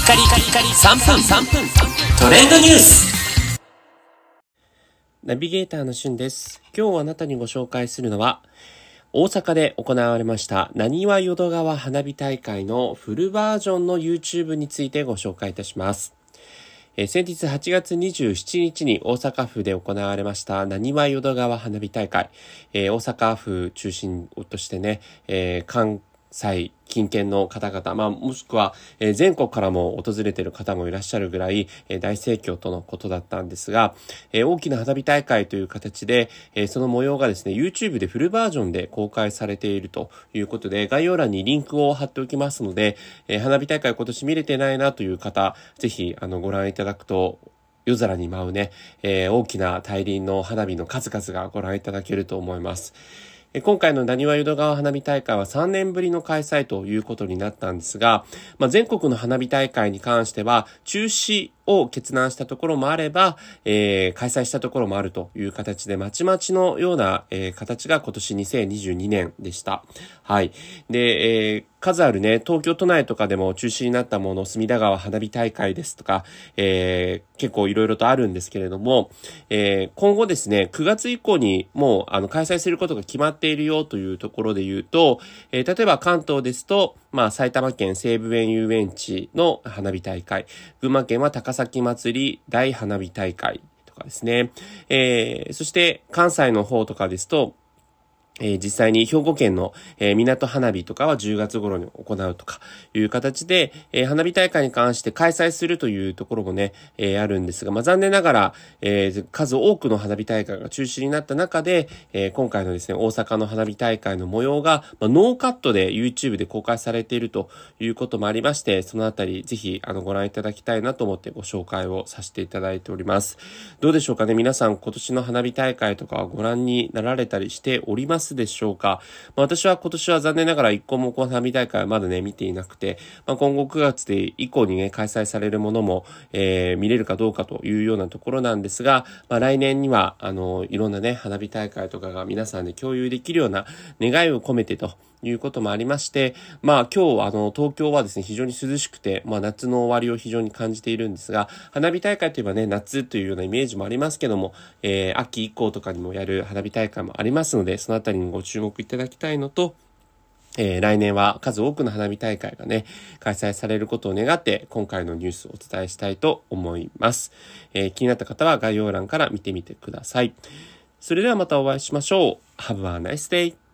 カリカリカリ3分トレンドニュース。ナビゲーターのしゅんです。今日あなたにご紹介するのは大阪で行われましたなにわ淀川花火大会のフルバージョンの YouTube についてご紹介いたします。先日8月27日に大阪府で行われましたなにわ淀川花火大会、大阪府中心としてね、関西近県の方々、もしくは、全国からも訪れている方もいらっしゃるぐらい、大盛況とのことだったんですが、大きな花火大会という形で、その模様がですね YouTube でフルバージョンで公開されているということで、概要欄にリンクを貼っておきますので、花火大会今年見れてないなという方、ぜひご覧いただくと夜空に舞うね、大きな大輪の花火の数々がご覧いただけると思います。今回のなにわ淀川花火大会は3年ぶりの開催ということになったんですが、全国の花火大会に関しては中止を決断したところもあれば、開催したところもあるという形で、まちまちのような、形が今年2022年でした。はい。で、数あるね、東京都内とかでも中止になったもの、隅田川花火大会ですとか、結構いろいろとあるんですけれども、今後ですね、9月以降にもう開催することが決まっているよというところで言うと、例えば関東ですと、埼玉県西武園遊園地の花火大会、群馬県は高崎祭り大花火大会とかですね、そして関西の方とかですと、実際に兵庫県の、港花火とかは10月頃に行うとかいう形で、花火大会に関して開催するというところもね、あるんですが、残念ながら、数多くの花火大会が中止になった中で、今回のですね、大阪の花火大会の模様が、ノーカットで YouTube で公開されているということもありまして、そのあたりぜひご覧いただきたいなと思ってご紹介をさせていただいております。どうでしょうかね、皆さん今年の花火大会とかはご覧になられたりしておりますでしょうか。私は今年は残念ながら一個も花火大会はまだね見ていなくて、今後9月で以降にね開催されるものも、見れるかどうかというようなところなんですが、来年にはいろんなね花火大会とかが皆さんで共有できるような願いを込めてということもありまして、今日東京はですね非常に涼しくて、夏の終わりを非常に感じているんですが、花火大会といえばね夏というようなイメージもありますけども、秋以降とかにもやる花火大会もありますので、そのあたりにご注目いただきたいのと、来年は数多くの花火大会がね開催されることを願って今回のニュースをお伝えしたいと思います。気になった方は概要欄から見てみてください。それではまたお会いしましょう。Have a nice day!